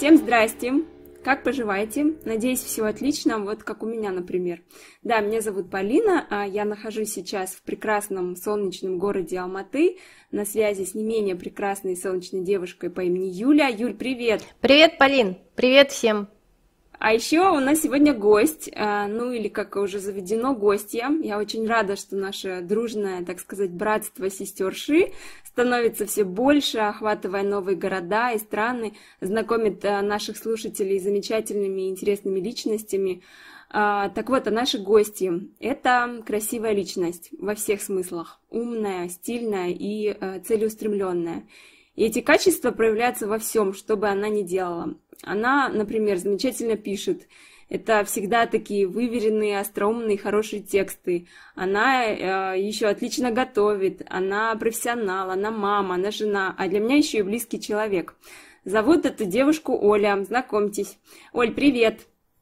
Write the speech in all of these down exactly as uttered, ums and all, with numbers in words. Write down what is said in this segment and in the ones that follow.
Всем здрасте! Как поживаете? Надеюсь, все отлично, вот как у меня, например. Да, меня зовут Полина, а я нахожусь сейчас в прекрасном солнечном городе Алматы, на связи с не менее прекрасной солнечной девушкой по имени Юля. Юль, привет! Привет, Полин! Привет всем! А еще у нас сегодня гость, ну или как уже заведено, гостья. Я очень рада, что наше дружное, так сказать, братство сестерши становится все больше, охватывая новые города и страны, знакомит наших слушателей с замечательными и интересными личностями. Так вот, а наши гости – это красивая личность во всех смыслах, умная, стильная и целеустремленная. И эти качества проявляются во всем, что бы она ни делала. Она, например, замечательно пишет. Это всегда такие выверенные, остроумные, хорошие тексты. Она э, еще отлично готовит. Она профессионал, она мама, она жена. А для меня еще и близкий человек. Зовут эту девушку Оля. Знакомьтесь. Оль, привет!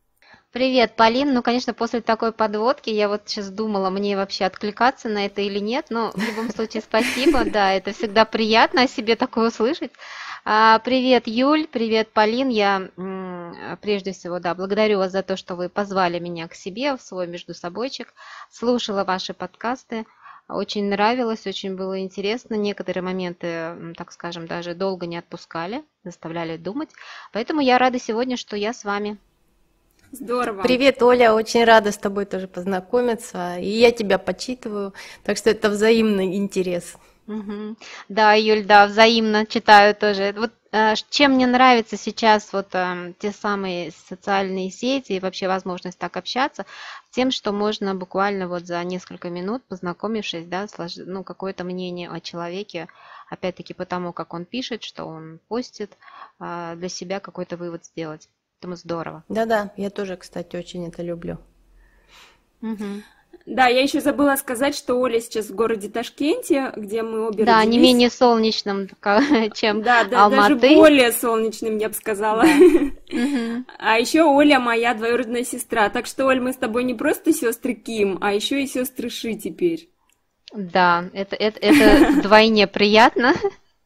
Привет, Полин. Ну, конечно, после такой подводки я вот сейчас думала, мне вообще откликаться на это или нет, но в любом случае спасибо, да, это всегда приятно о себе такое услышать. А, привет, Юль, привет, Полин. Я м, прежде всего, да, благодарю вас за то, что вы позвали меня к себе в свой междусобойчик, слушала ваши подкасты. Очень нравилось, очень было интересно. Некоторые моменты, так скажем, даже долго не отпускали, заставляли думать. Поэтому я рада сегодня, что я с вами. Здорово. Привет, Оля, очень рада с тобой тоже познакомиться, и я тебя почитываю, так что это взаимный интерес. Угу. Да, Юль, да, взаимно читаю тоже. Вот э, чем мне нравится сейчас вот э, те самые социальные сети и вообще возможность так общаться, тем, что можно буквально вот за несколько минут, познакомившись, да, слож... ну, какое-то мнение о человеке, опять-таки потому, как он пишет, что он постит, э, для себя какой-то вывод сделать. Поэтому здорово. Да-да, я тоже, кстати, очень это люблю. Угу. Да, я еще забыла сказать, что Оля сейчас в городе Ташкенте, где мы обе да, родились. не менее солнечным, чем да, да, Алматы. Даже более солнечным, я бы сказала. Да. А еще Оля моя двоюродная сестра. Так что, Оль, мы с тобой не просто сестры Ким, а еще и сестры Ши теперь. Да, это, это, это вдвойне приятно.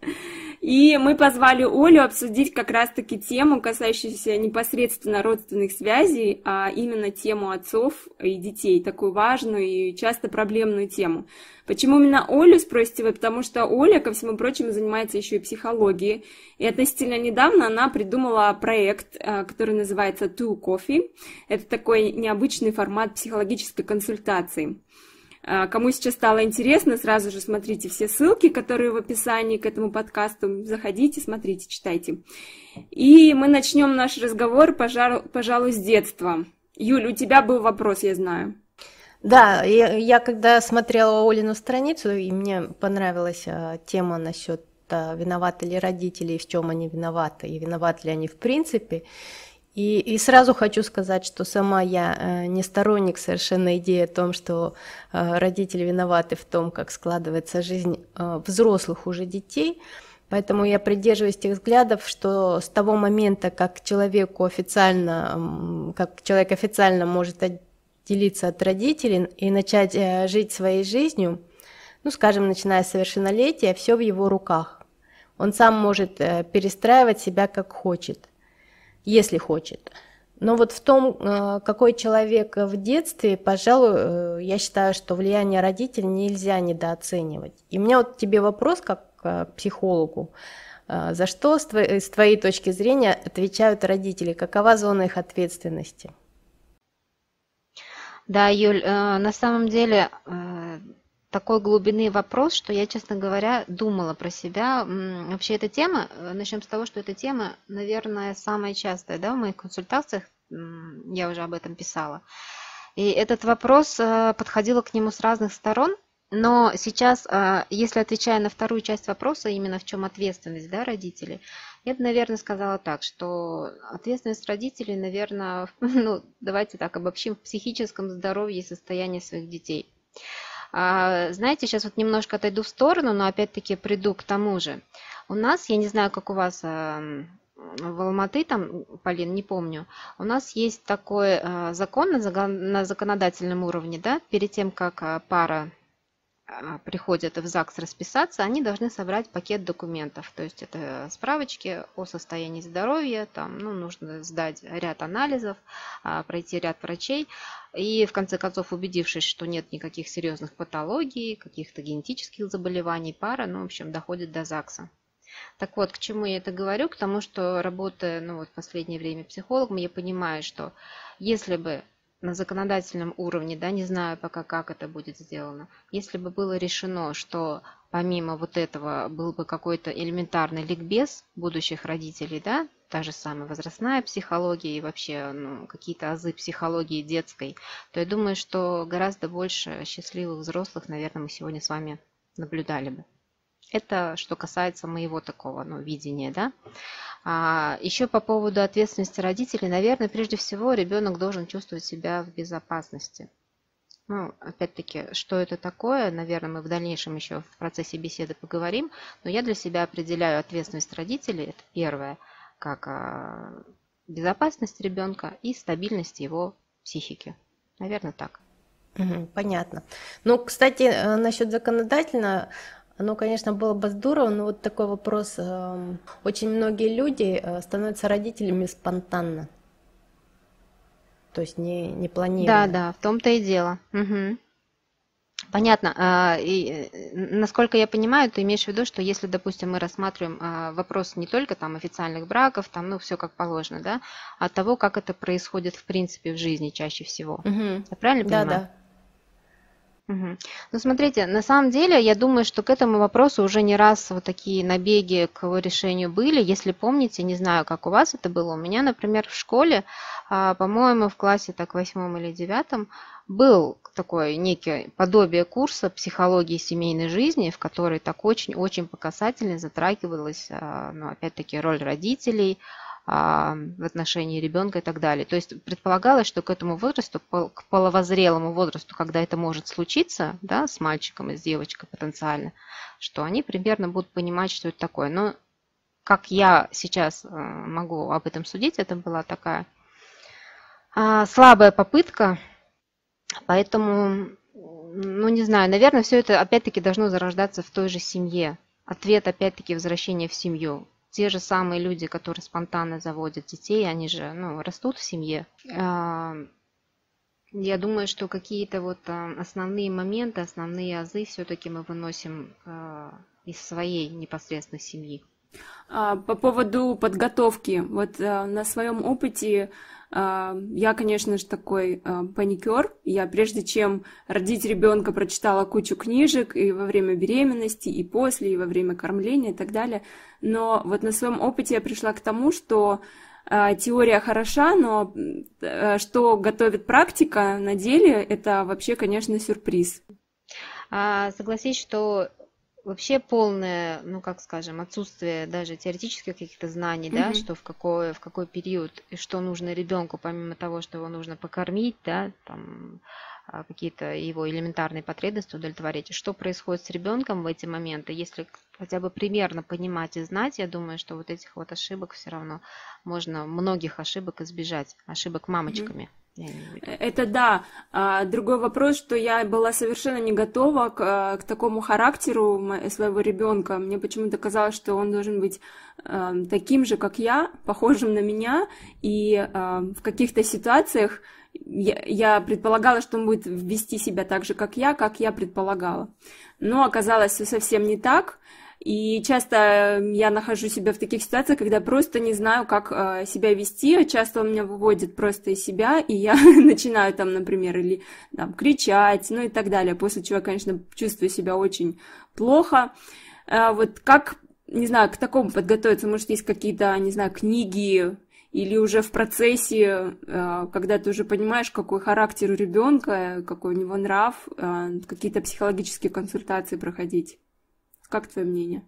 И мы позвали Олю обсудить как раз-таки тему, касающуюся непосредственно родственных связей, а именно тему отцов и детей, такую важную и часто проблемную тему. Почему именно Олю, спросите вы? Потому что Оля, ко всему прочему, занимается еще и психологией. И относительно недавно она придумала проект, который называется Two Coffee. Это такой необычный формат психологической консультации. Кому сейчас стало интересно, сразу же смотрите все ссылки, которые в описании к этому подкасту. Заходите, смотрите, читайте. И мы начнем наш разговор, пожалуй, с детства. Юль, у тебя был вопрос, я знаю. Да, я, я когда смотрела Олину страницу, и мне понравилась а, тема насчет а, виноваты ли родители, и в чем они виноваты, и виноваты ли они в принципе. И, и сразу хочу сказать, что сама я э, не сторонник совершенно идеи о том, что э, родители виноваты в том, как складывается жизнь э, взрослых уже детей. Поэтому я придерживаюсь тех взглядов, что с того момента, как человеку официально, как человек официально может отделиться от родителей и начать э, жить своей жизнью, ну, скажем, начиная с совершеннолетия, все в его руках. Он сам может э, перестраивать себя как хочет. Если хочет. Но вот в том, какой человек в детстве, пожалуй, я считаю, что влияние родителей нельзя недооценивать. И у меня вот тебе вопрос, как к психологу. За что, с твоей, с твоей точки зрения, отвечают родители? Какова зона их ответственности? Да, Юль, на самом деле такой глубины вопрос, что я, честно говоря, думала про себя. Вообще эта тема, начнем с того, что эта тема, наверное, самая частая, да, в моих консультациях, я уже об этом писала. И этот вопрос подходила к нему с разных сторон, но сейчас, если отвечая на вторую часть вопроса, именно в чем ответственность, да, родителей, я бы, наверное, сказала так, что ответственность родителей, наверное, ну, давайте так обобщим, в психическом здоровье и состоянии своих детей. Знаете, сейчас вот немножко отойду в сторону, но опять-таки приду к тому же. У нас, я не знаю, как у вас в Алматы, там, Полин, не помню, у нас есть такой закон на законодательном уровне, да, перед тем, как пара приходят в ЗАГС расписаться, они должны собрать пакет документов. То есть это справочки о состоянии здоровья, там, ну, нужно сдать ряд анализов, пройти ряд врачей. И в конце концов, убедившись, что нет никаких серьезных патологий, каких-то генетических заболеваний, пара, ну, в общем, доходит до ЗАГСа. Так вот, к чему я это говорю? К тому, что работая, ну, вот в последнее время психологом, я понимаю, что если бы на законодательном уровне, да, не знаю пока, как это будет сделано, если бы было решено, что помимо вот этого был бы какой-то элементарный ликбез будущих родителей, да, та же самая возрастная психология и вообще, ну, какие-то азы психологии детской, то я думаю, что гораздо больше счастливых взрослых, наверное, мы сегодня с вами наблюдали бы. Это что касается моего такого, ну, видения, да. А еще по поводу ответственности родителей, наверное, прежде всего ребенок должен чувствовать себя в безопасности. Ну, опять-таки, что это такое, наверное, мы в дальнейшем еще в процессе беседы поговорим, но я для себя определяю ответственность родителей, это первое, как безопасность ребенка и стабильность его психики. Наверное, так. Понятно. Ну, кстати, насчет законодательно, ну, конечно, было бы здорово, но вот такой вопрос. Очень многие люди становятся родителями спонтанно. То есть не, не планируя. Да, да, в том-то и дело. Угу. Понятно. И, насколько я понимаю, ты имеешь в виду, что если, допустим, мы рассматриваем вопрос не только там официальных браков, там, ну, все как положено, да, а того, как это происходит в принципе в жизни чаще всего. Угу. Я правильно понимаю? Да, да. Угу. Ну, смотрите, на самом деле, я думаю, что к этому вопросу уже не раз вот такие набеги к его решению были. Если помните, не знаю, как у вас это было, у меня, например, в школе, по-моему, в классе так восьмом или девятом, был такое некое подобие курса психологии семейной жизни, в которой так очень-очень показательно затрагивалась, ну, опять-таки, роль родителей в отношении ребенка и так далее. То есть предполагалось, что к этому возрасту, к половозрелому возрасту, когда это может случиться, да, с мальчиком и с девочкой потенциально, что они примерно будут понимать, что это такое. Но как я сейчас могу об этом судить, это была такая слабая попытка, поэтому, ну, не знаю, наверное, все это опять-таки должно зарождаться в той же семье. Ответ, опять-таки, возвращение в семью. Те же самые люди, которые спонтанно заводят детей, они же, ну, растут в семье. Я думаю, что какие-то вот основные моменты, основные азы все-таки мы выносим из своей непосредственной семьи. По поводу подготовки, вот на своем опыте я, конечно же, такой паникер. Я прежде чем родить ребенка, прочитала кучу книжек и во время беременности, и после, и во время кормления и так далее. Но вот на своем опыте я пришла к тому, что теория хороша, но что готовит практика на деле, это вообще, конечно, сюрприз. Согласись, что вообще полное, ну, как скажем, отсутствие даже теоретических каких-то знаний, mm-hmm. да, что в какой, в какой период и что нужно ребенку, помимо того, что его нужно покормить, да, там, какие-то его элементарные потребности удовлетворить, что происходит с ребенком в эти моменты, если хотя бы примерно понимать и знать, я думаю, что вот этих вот ошибок все равно можно, многих ошибок избежать, ошибок мамочками. Mm-hmm. Это да. А другой вопрос, что я была совершенно не готова к, к такому характеру своего ребенка. Мне почему-то казалось, что он должен быть э, таким же, как я, похожим на меня. И э, в каких-то ситуациях я, я предполагала, что он будет вести себя так же, как я, как я предполагала. Но оказалось все совсем не так. И часто я нахожу себя в таких ситуациях, когда просто не знаю, как э, себя вести. Часто он меня выводит просто из себя, и я начинаю там, например, или там кричать, ну и так далее. После чего я, конечно, чувствую себя очень плохо. Э, вот как, не знаю, к такому подготовиться? Может, есть какие-то, не знаю, книги или уже в процессе, э, когда ты уже понимаешь, какой характер у ребенка, какой у него нрав, э, какие-то психологические консультации проходить? Как твое мнение?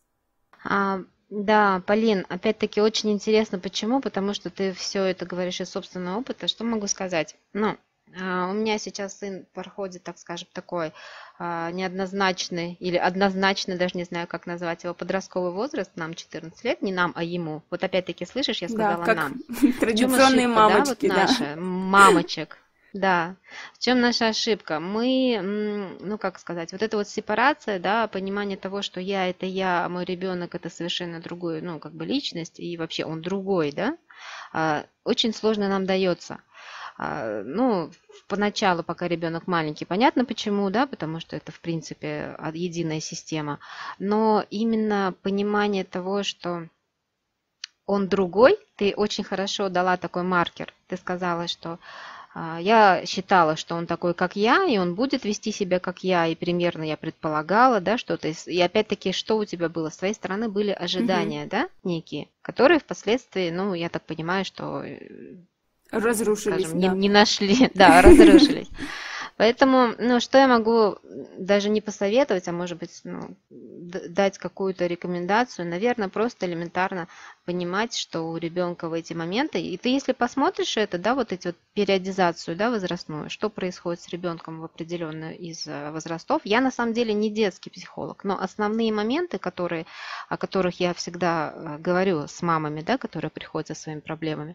А, да, Полин, опять-таки очень интересно. Почему? Потому что ты все это говоришь из собственного опыта. Что могу сказать? Ну, а, у меня сейчас сын проходит, так скажем, такой а, неоднозначный или однозначный, даже не знаю, как назвать его, подростковый возраст. Нам четырнадцать лет, не нам, а ему. Вот опять-таки, слышишь, я сказала да, как нам. Традиционные ошибка, мамочки, да, вот да. наши, мамочек. Да, в чем наша ошибка? Мы, м, ну как сказать, вот эта вот сепарация, да, понимание того, что я это я, а мой ребенок это совершенно другой, ну как бы личность, и вообще он другой, да, а, очень сложно нам дается. А, Ну, поначалу, пока ребенок маленький, понятно почему, да, потому что это, в принципе, а, единая система, но именно понимание того, что он другой, ты очень хорошо дала такой маркер. Ты сказала, что а, я считала, что он такой, как я, и он будет вести себя, как я, и примерно я предполагала, да, что-то. из- И опять-таки, что у тебя было? С твоей стороны были Мгм. ожидания, да, некие, которые впоследствии, ну, я так понимаю, что, э, Разрушились, скажем, не, да. не нашли, да, разрушились. Поэтому, ну, что я могу даже не посоветовать, а может быть, ну, д- дать какую-то рекомендацию, наверное, просто элементарно понимать, что у ребенка в эти моменты, и ты, если посмотришь это, да, вот эти вот периодизацию, да, возрастную, что происходит с ребенком в определенную из э, возрастов. Я на самом деле не детский психолог, но основные моменты, которые, о которых я всегда э, говорю с мамами, да, которые приходят со своими проблемами,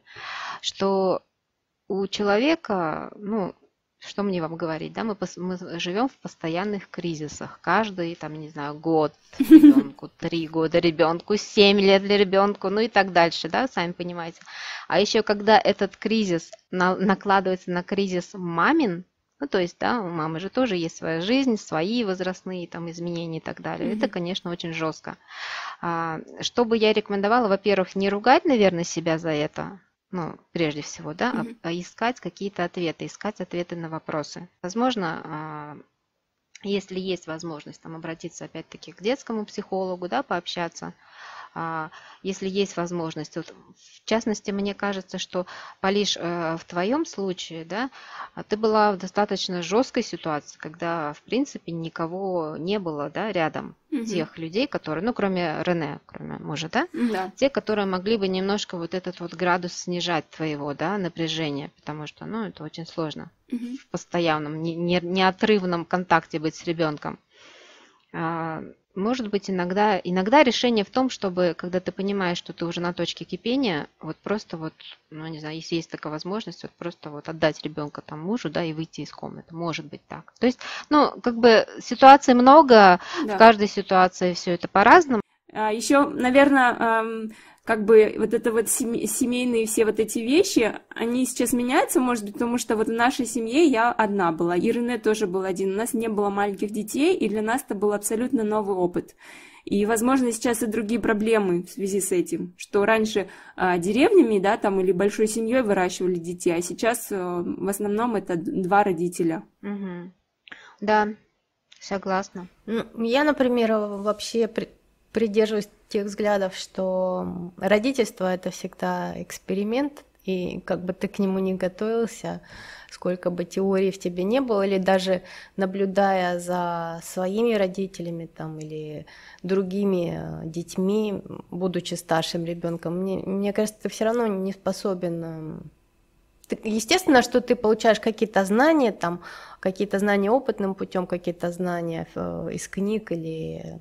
что у человека, ну, что мне вам говорить, да, мы, пос- мы живем в постоянных кризисах. Каждый, там, не знаю, год ребенку, три года ребенку, семь лет для ребенку, ну и так дальше, да, сами понимаете. А еще когда этот кризис на- накладывается на кризис мамин, ну, то есть, да, у мамы же тоже есть своя жизнь, свои возрастные там изменения и так далее. Это, Мгм. конечно, очень жестко. А, Что бы я рекомендовала, во-первых, не ругать, наверное, себя за это, ну, прежде всего, да, а, Мгм. а искать какие-то ответы, искать ответы на вопросы. Возможно, а, если есть возможность там обратиться опять-таки к детскому психологу, да, пообщаться, а, если есть возможность. Вот, в частности, мне кажется, что, Полиш, э, в твоем случае, да, а, ты была в достаточно жесткой ситуации, когда, в принципе, никого не было, да, рядом Мгм. тех людей, которые, ну, кроме Рене, кроме мужа, да, Да. те, которые могли бы немножко вот этот вот градус снижать твоего, да, напряжения, потому что, ну, это очень сложно Мгм. в постоянном, не- не- неотрывном контакте быть с ребенком. А, Может быть, иногда, иногда решение в том, чтобы, когда ты понимаешь, что ты уже на точке кипения, вот просто вот, ну, не знаю, если есть такая возможность, вот просто вот отдать ребенка там мужу, да, и выйти из комнаты. Может быть так. То есть, ну, как бы ситуаций много, в Да. каждой ситуации все это по-разному. А еще, наверное, как бы вот это вот семи- семейные все вот эти вещи, они сейчас меняются, может быть, потому что вот в нашей семье я одна была, и Рене тоже был один. У нас не было маленьких детей, и для нас это был абсолютно новый опыт. И, возможно, сейчас и другие проблемы в связи с этим, что раньше а, деревнями, да, там или большой семьей выращивали детей, а сейчас а, в основном это д- два родителя. Мгм. Да, согласна. Ну, я, например, вообще при- придерживаюсь тех взглядов, что родительство это всегда эксперимент, и как бы ты к нему не готовился, сколько бы теорий в тебе не было, или даже наблюдая за своими родителями там, или другими э, детьми, будучи старшим ребенком, мне, мне кажется, ты все равно не способен. э, ты- Естественно, что ты получаешь какие-то знания, там, какие-то знания опытным путем, какие-то знания э, из книг или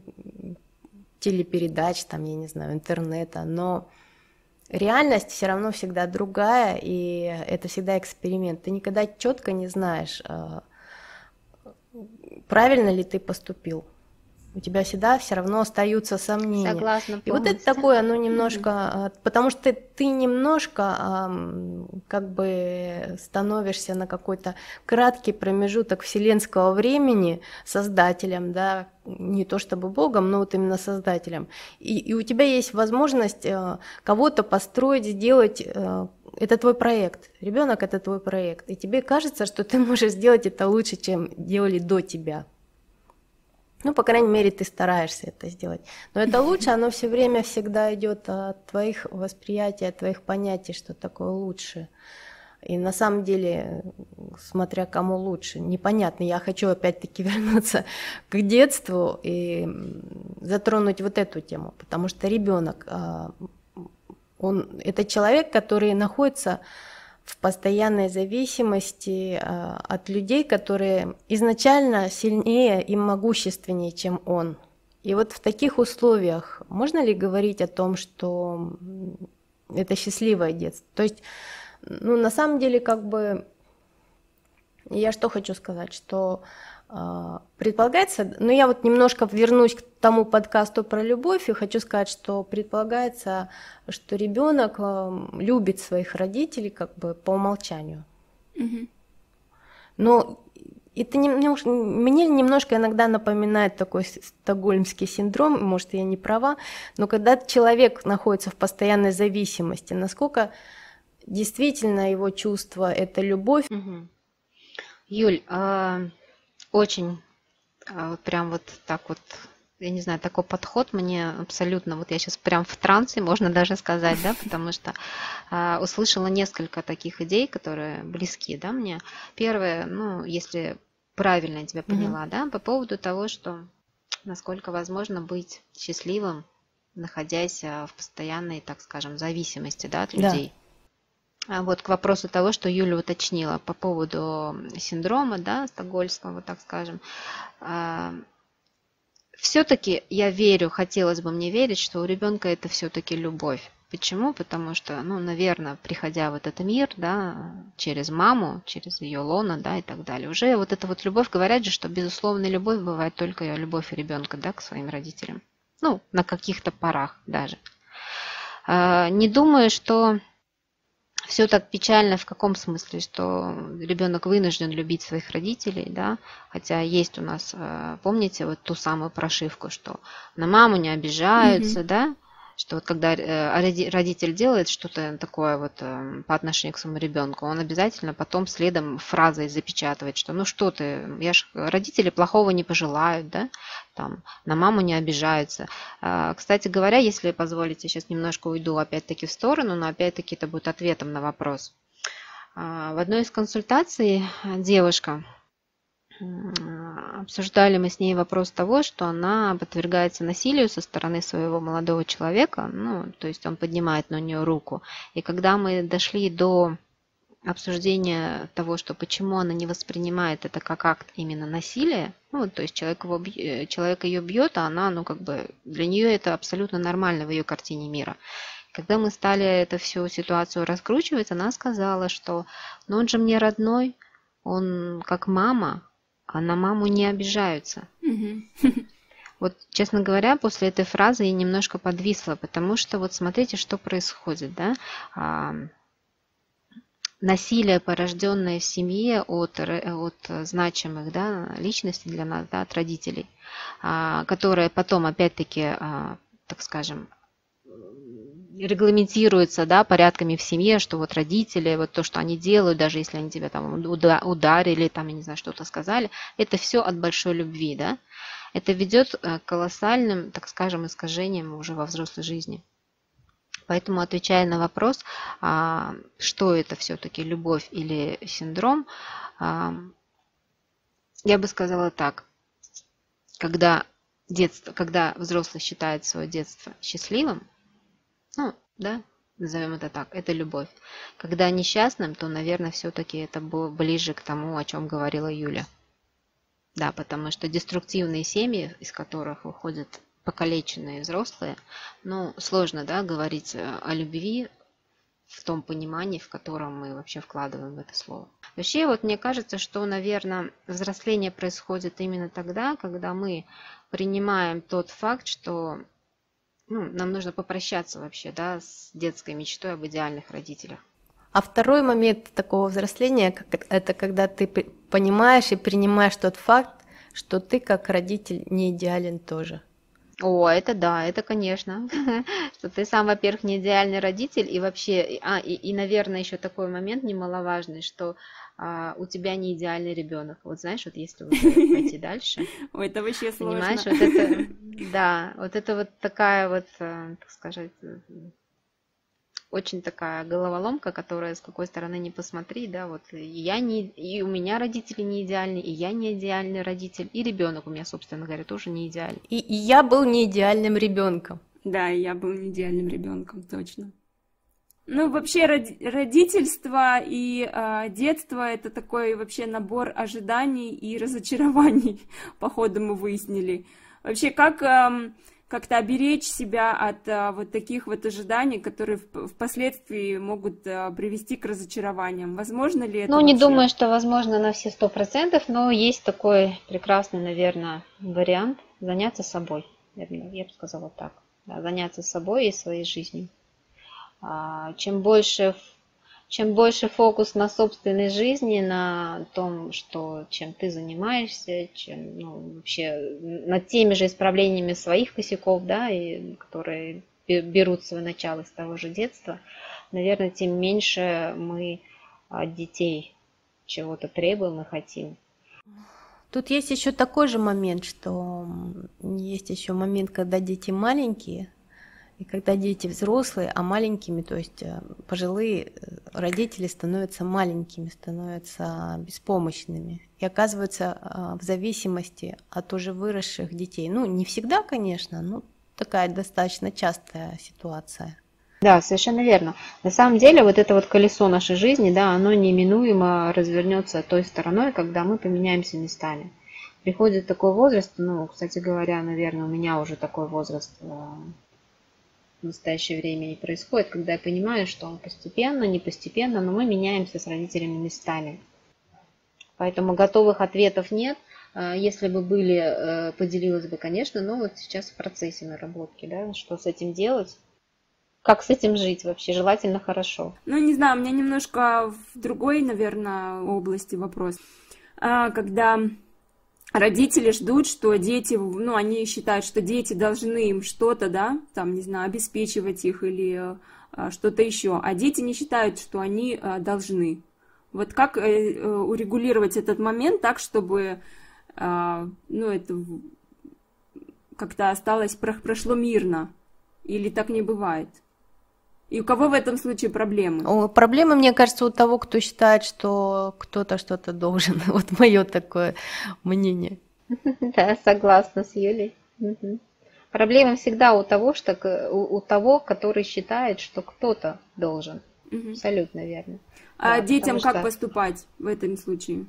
телепередач, там, я не знаю, интернета, но реальность все равно всегда другая, и это всегда эксперимент. Ты никогда четко не знаешь, э, правильно ли ты поступил. У тебя всегда все равно остаются сомнения. Согласна И вот это полностью. такое, оно Мгм. немножко, а, потому что ты, ты немножко ам, как бы становишься на какой-то краткий промежуток вселенского времени создателем, да, не то чтобы Богом, но вот именно создателем. И, и у тебя есть возможность э, кого-то построить, сделать. Э, это твой проект. Ребенок это твой проект. И тебе кажется, что ты можешь сделать это лучше, чем делали до тебя. Ну, по крайней мере, ты стараешься это сделать. Но это лучше, оно все время всегда идет от твоих восприятий, от твоих понятий, что такое лучше. И на самом деле, смотря кому лучше, непонятно. Я хочу опять-таки вернуться к детству и затронуть вот эту тему, потому что ребенок, он это человек, который находится в постоянной зависимости а, от людей, которые изначально сильнее и могущественнее, чем он. И вот в таких условиях можно ли говорить о том, что это счастливое детство? То есть, ну, на самом деле, как бы Я что хочу сказать, что э, предполагается, ну я вот немножко вернусь к тому подкасту про любовь и хочу сказать, что предполагается, что ребенок э, любит своих родителей как бы по умолчанию. Угу. Но это немножко, мне немножко иногда напоминает такой стокгольмский синдром, может, я не права, но когда человек находится в постоянной зависимости, насколько действительно его чувство – это любовь. Угу. Юль, э, очень э, вот прям вот так вот, я не знаю, такой подход мне абсолютно, вот я сейчас прям в трансе, можно даже сказать, да, потому что э, услышала несколько таких идей, которые близки, да, мне. Первое, ну, если правильно я тебя поняла, mm-hmm. да, по поводу того, что насколько возможно быть счастливым, находясь в постоянной, так скажем, зависимости, да, от людей. Да. Вот к вопросу того, что Юля уточнила по поводу синдрома, да, стокгольмского, так скажем. Все-таки я верю, хотелось бы мне верить, что у ребенка это все-таки любовь. Почему? Потому что, ну, наверное, приходя в этот мир, да, через маму, через ее лоно, да, и так далее, уже вот эта вот любовь, говорят же, что безусловная любовь бывает только любовь ребенка, да, к своим родителям. Ну, на каких-то порах даже. Не думаю, что все так печально в каком смысле, что ребенок вынужден любить своих родителей, да, хотя есть у нас, помните, вот ту самую прошивку, что на маму не обижаются, mm-hmm. да, что вот когда родитель делает что-то такое вот по отношению к своему ребенку, он обязательно потом следом фразой запечатывает, что ну что ты, я ж, родители плохого не пожелают, да, там, на маму не обижаются. Кстати говоря, если позволите, сейчас немножко уйду опять-таки в сторону, но опять-таки это будет ответом на вопрос. В одной из консультаций девушка, обсуждали мы с ней вопрос того, что она подвергается насилию со стороны своего молодого человека, ну, то есть он поднимает на нее руку. И когда мы дошли до обсуждения того, что почему она не воспринимает это как акт именно насилия, ну, то есть человек, его, человек ее бьет, а она, ну, как бы, для нее это абсолютно нормально в ее картине мира. Когда мы стали эту всю ситуацию раскручивать, она сказала, что, ну, он же мне родной, он как мама, а на маму не обижаются. Mm-hmm. Вот, честно говоря, после этой фразы я немножко подвисла, потому что вот смотрите, что происходит, да. А, насилие, порожденное в семье от, от значимых, да, личностей для нас, да, от родителей, а, которые потом, опять-таки, а, так скажем, регламентируется, да, порядками в семье, что вот родители, вот то, что они делают, даже если они тебя там ударили, там, я не знаю, что-то сказали, это все от большой любви, да. Это ведет к колоссальным, так скажем, искажениям уже во взрослой жизни. Поэтому, отвечая на вопрос, что это все-таки любовь или синдром, я бы сказала так: когда детство, когда взрослый считает свое детство счастливым, ну, да, назовем это так, это любовь. Когда несчастным, то, наверное, все-таки это было ближе к тому, о чем говорила Юля. Да, потому что деструктивные семьи, из которых выходят покалеченные взрослые, ну, сложно, да, говорить о любви в том понимании, в котором мы вообще вкладываем в это слово. Вообще, вот мне кажется, что, наверное, взросление происходит именно тогда, когда мы принимаем тот факт, что ну, нам нужно попрощаться вообще, да, с детской мечтой об идеальных родителях. А второй момент такого взросления, это когда ты понимаешь и принимаешь тот факт, что ты как родитель не идеален тоже. О, это да, это конечно, что ты сам, во-первых, не идеальный родитель, и вообще, а, и, и наверное, еще такой момент немаловажный, что а, у тебя не идеальный ребенок. Вот знаешь, вот если уже пойти дальше. Ой, это вообще сложно. Понимаешь, вот это, да, вот это вот такая вот, так сказать, очень такая головоломка, которая с какой стороны не посмотри, да, вот и я не, и у меня родители не идеальны, и я не идеальный родитель, и ребенок у меня, собственно говоря, тоже не идеальный. И, и я был не идеальным ребенком. Да, и я был не идеальным ребенком, точно. Ну, вообще, роди- родительство и э, детство – это такой вообще набор ожиданий и разочарований, походу мы выяснили. Вообще, как, э, как-то оберечь себя от а, вот таких вот ожиданий, которые в, впоследствии могут а, привести к разочарованиям. Возможно ли это Ну, не вообще? думаю, что возможно на все сто процентов, но есть такой прекрасный, наверное, вариант заняться собой. Я бы, я бы сказала так. Да, заняться собой и своей жизнью. А, чем больше, чем больше фокус на собственной жизни, на том, что, чем ты занимаешься, чем, ну, вообще над теми же исправлениями своих косяков, да, и, которые берут свое начало с того же детства, наверное, тем меньше мы от детей чего-то требуем и хотим. Тут есть еще такой же момент, что есть еще момент, когда дети маленькие, и когда дети взрослые, а маленькими, то есть пожилые родители становятся маленькими, становятся беспомощными и оказываются в зависимости от уже выросших детей. Ну, не всегда, конечно, но такая достаточно частая ситуация. Да, совершенно верно. На самом деле вот это вот колесо нашей жизни, да, оно неминуемо развернется той стороной, когда мы поменяемся местами. Приходит такой возраст, ну, кстати говоря, наверное, у меня уже такой возраст в настоящее время не происходит, когда я понимаю, что постепенно, не постепенно, но мы меняемся с родителями местами. Поэтому готовых ответов нет. Если бы были, поделилась бы, конечно, но вот сейчас в процессе наработки, да, что с этим делать. Как с этим жить вообще? Желательно хорошо. Ну, не знаю, у меня немножко в другой, наверное, области вопрос. Когда родители ждут, что дети, ну, они считают, что дети должны им что-то, да, там, не знаю, обеспечивать их или что-то еще, а дети не считают, что они должны. Вот как урегулировать этот момент так, чтобы, ну, это как-то осталось, прошло мирно? Или так не бывает? И у кого в этом случае проблемы? Проблемы, мне кажется, у того, кто считает, что кто-то что-то должен. Вот мое такое мнение. Да, согласна с Юлей. Угу. Проблема всегда у того, что у, у того, который считает, что кто-то должен. Угу. Абсолютно верно. А да, детям как что... поступать в этом случае?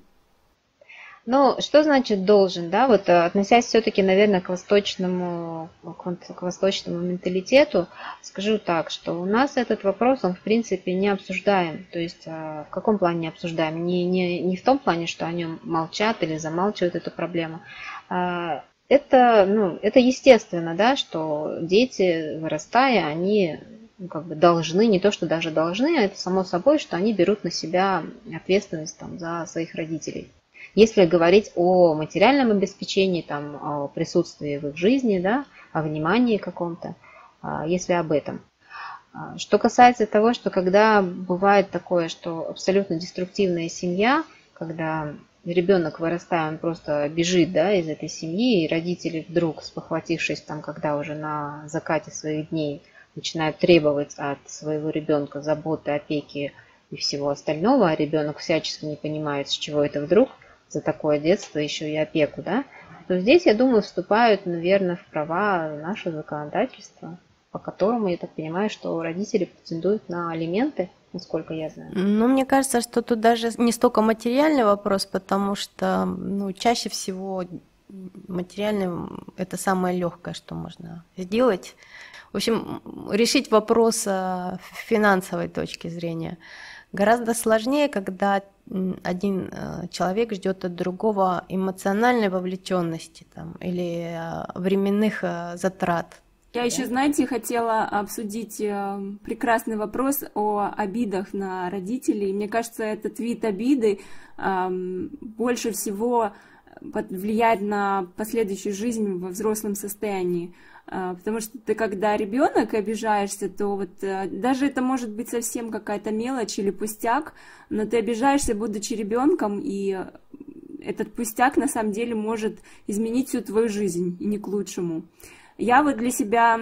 Ну, что значит должен, да, вот относясь все-таки, наверное, к восточному, к восточному менталитету, скажу так, что у нас этот вопрос, он в принципе не обсуждаем, то есть в каком плане не обсуждаем, не, не, не в том плане, что о нем молчат или замалчивают эту проблему, это, ну, это естественно, да, что дети, вырастая, они ну, как бы должны, не то что даже должны, а это само собой, что они берут на себя ответственность там, за своих родителей. Если говорить о материальном обеспечении, там, о присутствии в их жизни, да, о внимании каком-то, если об этом. Что касается того, что когда бывает такое, что абсолютно деструктивная семья, когда ребенок, вырастая, он просто бежит, да, из этой семьи, и родители вдруг, спохватившись, там, когда уже на закате своих дней начинают требовать от своего ребенка заботы, опеки и всего остального, а ребенок всячески не понимает, с чего это вдруг, за такое детство еще и опеку, да, то здесь, я думаю, вступают, наверное, в права наше законодательство, по которому, я так понимаю, что родители претендуют на алименты, насколько я знаю. Ну, мне кажется, что тут даже не столько материальный вопрос, потому что, ну, чаще всего материальный – это самое легкое, что можно сделать. В общем, решить вопрос с финансовой точки зрения гораздо сложнее, когда один человек ждет от другого эмоциональной вовлеченности там, или временных затрат. Я еще, знаете, хотела обсудить прекрасный вопрос о обидах на родителей. Мне кажется, этот вид обиды больше всего влияет на последующую жизнь во взрослом состоянии. Потому что ты, когда ребенок обижаешься, то вот даже это может быть совсем какая-то мелочь или пустяк, но ты обижаешься, будучи ребенком, и этот пустяк на самом деле может изменить всю твою жизнь, и не к лучшему. Я вот для себя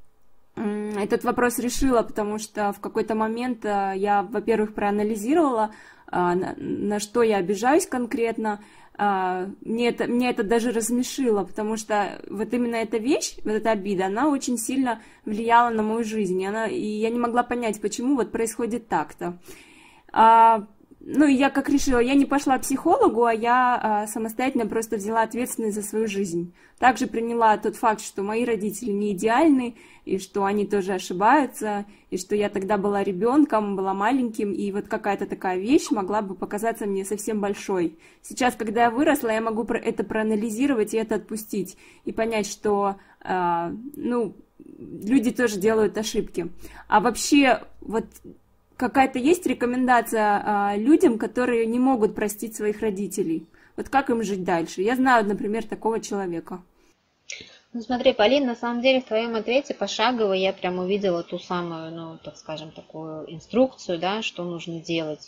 этот вопрос решила, потому что в какой-то момент я, во-первых, проанализировала, на, на что я обижаюсь конкретно. Мне это, мне это даже рассмешило, потому что вот именно эта вещь, вот эта обида, она очень сильно влияла на мою жизнь, и, она, и я не могла понять, почему вот происходит так-то. А ну, я как решила, я не пошла к психологу, а я а, самостоятельно просто взяла ответственность за свою жизнь. Также приняла тот факт, что мои родители не идеальны, и что они тоже ошибаются, и что я тогда была ребенком, была маленьким, и вот какая-то такая вещь могла бы показаться мне совсем большой. Сейчас, когда я выросла, я могу это проанализировать и это отпустить, и понять, что, а, ну, люди тоже делают ошибки. А вообще, вот... Какая-то есть рекомендация а, людям, которые не могут простить своих родителей? Вот как им жить дальше? Я знаю, например, такого человека. Ну смотри, Полин, на самом деле в твоем ответе пошагово я прям увидела ту самую, ну, так скажем, такую инструкцию, да, что нужно делать,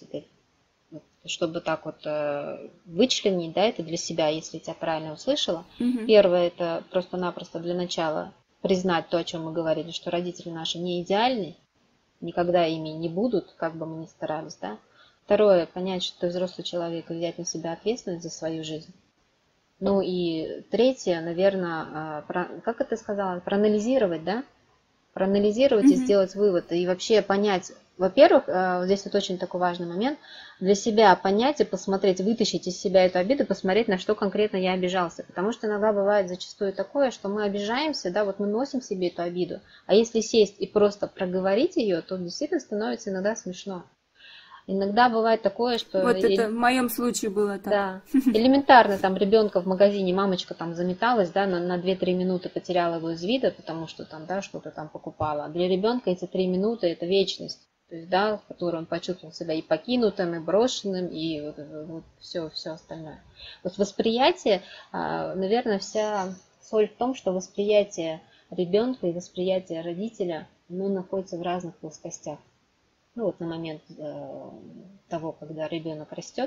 чтобы так вот э, вычленить, да, это для себя, если я тебя правильно услышала. Угу. Первое, это просто-напросто для начала признать то, о чем мы говорили, что родители наши не идеальны, никогда ими не будут, как бы мы ни старались, да. Второе, понять, что ты взрослый человек, и взять на себя ответственность за свою жизнь. Ну и третье, наверное, как это сказала, проанализировать, да, проанализировать mm-hmm. и сделать вывод, и вообще понять, во-первых, здесь вот очень такой важный момент, для себя понять и посмотреть, вытащить из себя эту обиду, посмотреть, на что конкретно я обижался, потому что иногда бывает зачастую такое, что мы обижаемся, да, вот мы носим в себе эту обиду, а если сесть и просто проговорить ее, то действительно становится иногда смешно. Иногда бывает такое, что... Вот это э... в моем случае было так. Да, элементарно там ребенка в магазине, мамочка там заметалась, да, на, на две-три минуты потеряла его из вида, потому что там, да, что-то там покупала. Для ребенка эти три минуты это вечность, то есть, да, в которой он почувствовал себя и покинутым, и брошенным, и вот, вот все, все остальное. Вот восприятие, наверное, вся соль в том, что восприятие ребенка и восприятие родителя, оно находится в разных плоскостях. Ну вот на момент э, того, когда ребенок растет,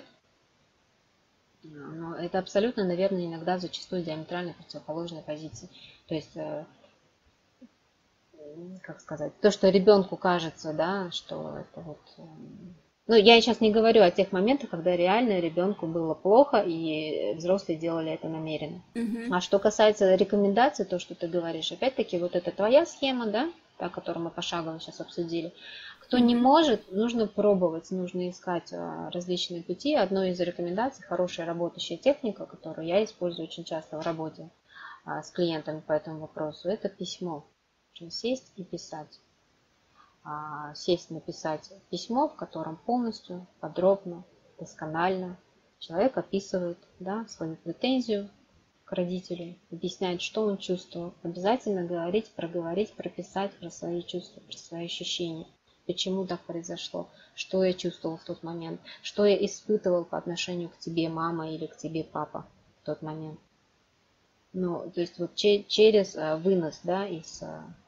но это абсолютно, наверное, иногда зачастую диаметрально противоположные позиции. То есть, э, как сказать, то, что ребенку кажется, да, что это вот... Э, ну, я сейчас не говорю о тех моментах, когда реально ребенку было плохо, и взрослые делали это намеренно. Uh-huh. А что касается рекомендаций, то, что ты говоришь, опять-таки, вот это твоя схема, да, та, которую мы пошагово сейчас обсудили. Кто не может, нужно пробовать, нужно искать различные пути. Одной из рекомендаций, хорошая работающая техника, которую я использую очень часто в работе с клиентами по этому вопросу, это письмо. Сесть и писать. Сесть, написать письмо, в котором полностью, подробно, досконально человек описывает, да, свою претензию к родителю, объясняет, что он чувствовал. Обязательно говорить, проговорить, прописать про свои чувства, про свои ощущения. Почему так произошло, что я чувствовал в тот момент, что я испытывал по отношению к тебе, мама, или к тебе, папа, в тот момент. Ну, то есть вот че- через вынос, да, из,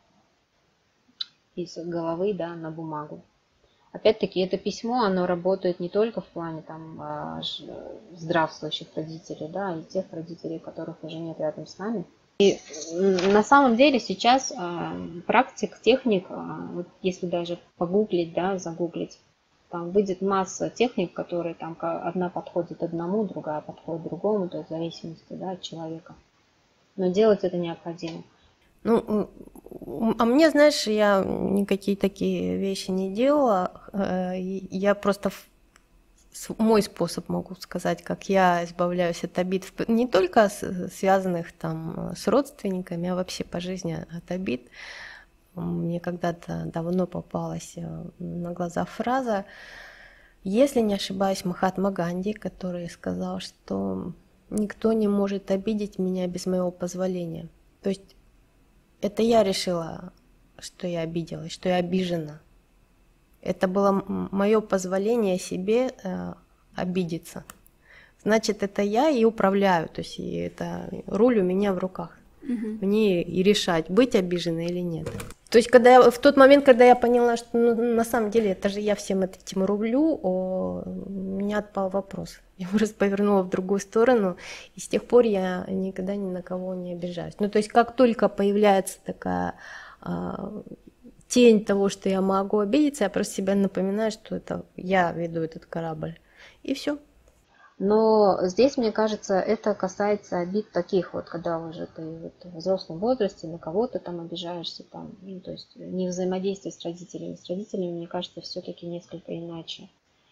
из головы, да, на бумагу. Опять-таки, это письмо, оно работает не только в плане там здравствующих родителей, да, и тех родителей, которых уже нет рядом с нами. И на самом деле сейчас а, практик, техник, а, вот если даже погуглить, да, загуглить, там выйдет масса техник, которые там одна подходит одному, другая подходит другому, то есть в зависимости, да, от человека. Но делать это необходимо. Ну, а мне, знаешь, я никакие такие вещи не делала. Я просто мой способ могу сказать, как я избавляюсь от обид, не только связанных там с родственниками, а вообще по жизни от обид. Мне когда-то давно попалась на глаза фраза, если не ошибаюсь, Махатма Ганди, который сказал, что никто не может обидеть меня без моего позволения. То есть это я решила, что я обиделась, что я обижена. Это было мое позволение себе э, обидеться. Значит, это я и управляю, то есть и это руль у меня в руках. Угу. Мне и решать, быть обиженной или нет. То есть когда я, в тот момент, когда я поняла, что ну, на самом деле это же я всем этим рулю, о, у меня отпал вопрос. Я просто повернула в другую сторону, и с тех пор я никогда ни на кого не обижаюсь. Ну, то есть как только появляется такая... Э, тень того, что я могу обидеться, я просто себе напоминаю, что это я веду этот корабль. И все. Но здесь, мне кажется, это касается обид таких вот, когда уже ты вот в взрослом возрасте на кого-то там обижаешься, там, ну, то есть не взаимодействие с родителями. С родителями, мне кажется, все-таки несколько иначе.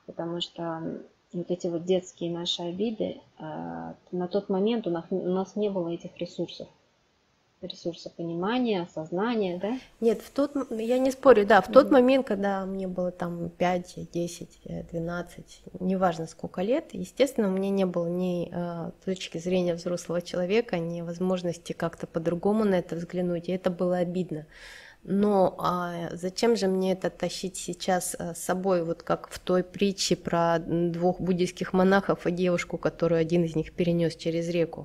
потому что вот эти вот детские наши обиды, на тот момент у нас, у нас не было этих ресурсов. Ресурса понимания, осознания, да? Нет, в тот, я не спорю, да, в mm-hmm. тот момент, когда мне было там пять, десять, двенадцать, неважно сколько лет, естественно, у меня не было ни э, с точки зрения взрослого человека, ни возможности как-то по-другому на это взглянуть, и это было обидно. Но а зачем же мне это тащить сейчас с собой, вот как в той притче про двух буддийских монахов и девушку, которую один из них перенес через реку?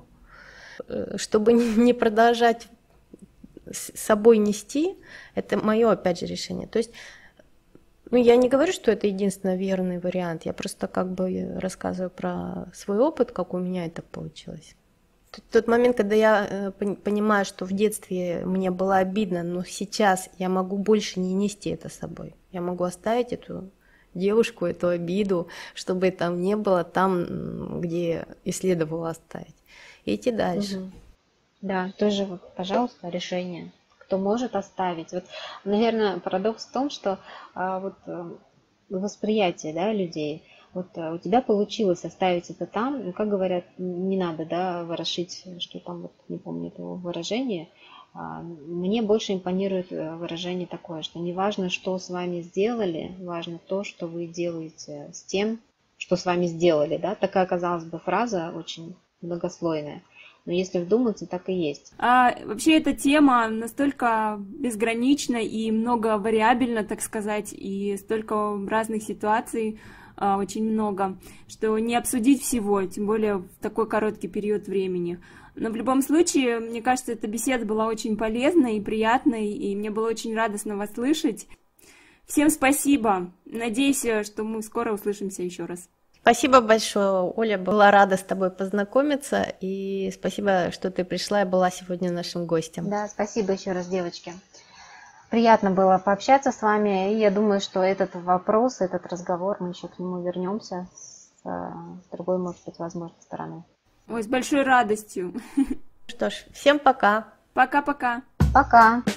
Чтобы не продолжать с собой нести, это мое, опять же, решение. То есть, ну, я не говорю, что это единственно верный вариант, я просто как бы рассказываю про свой опыт, как у меня это получилось. Тот момент, когда я понимаю, что в детстве мне было обидно, но сейчас я могу больше не нести это с собой. Я могу оставить эту девушку, эту обиду, чтобы там не было там, где и следовало оставить. И идти дальше. Угу. Да, тоже, вот, пожалуйста, решение. Кто может оставить. Вот, наверное, парадокс в том, что а, вот восприятие, да, людей. Вот а, у тебя получилось оставить это там. Ну, как говорят, не надо, да, ворошить, что там, вот, не помню этого выражения. А, мне больше импонирует выражение такое, что не важно, что с вами сделали, важно то, что вы делаете с тем, что с вами сделали, да. Такая, казалось бы, фраза очень многослойная. Но если вдуматься, так и есть. А, вообще эта тема настолько безгранична и многовариабельна, так сказать, и столько разных ситуаций а, очень много, что не обсудить всего, тем более в такой короткий период времени. Но в любом случае, мне кажется, эта беседа была очень полезной и приятной, и мне было очень радостно вас слышать. Всем спасибо. Надеюсь, что мы скоро услышимся еще раз. Спасибо большое, Оля, была рада с тобой познакомиться, и спасибо, что ты пришла и была сегодня нашим гостем. Да, спасибо еще раз, девочки. Приятно было пообщаться с вами, и я думаю, что этот вопрос, этот разговор, мы еще к нему вернемся с, с другой, может быть, возможной стороны. Ой, с большой радостью. Что ж, всем пока. Пока-пока. Пока.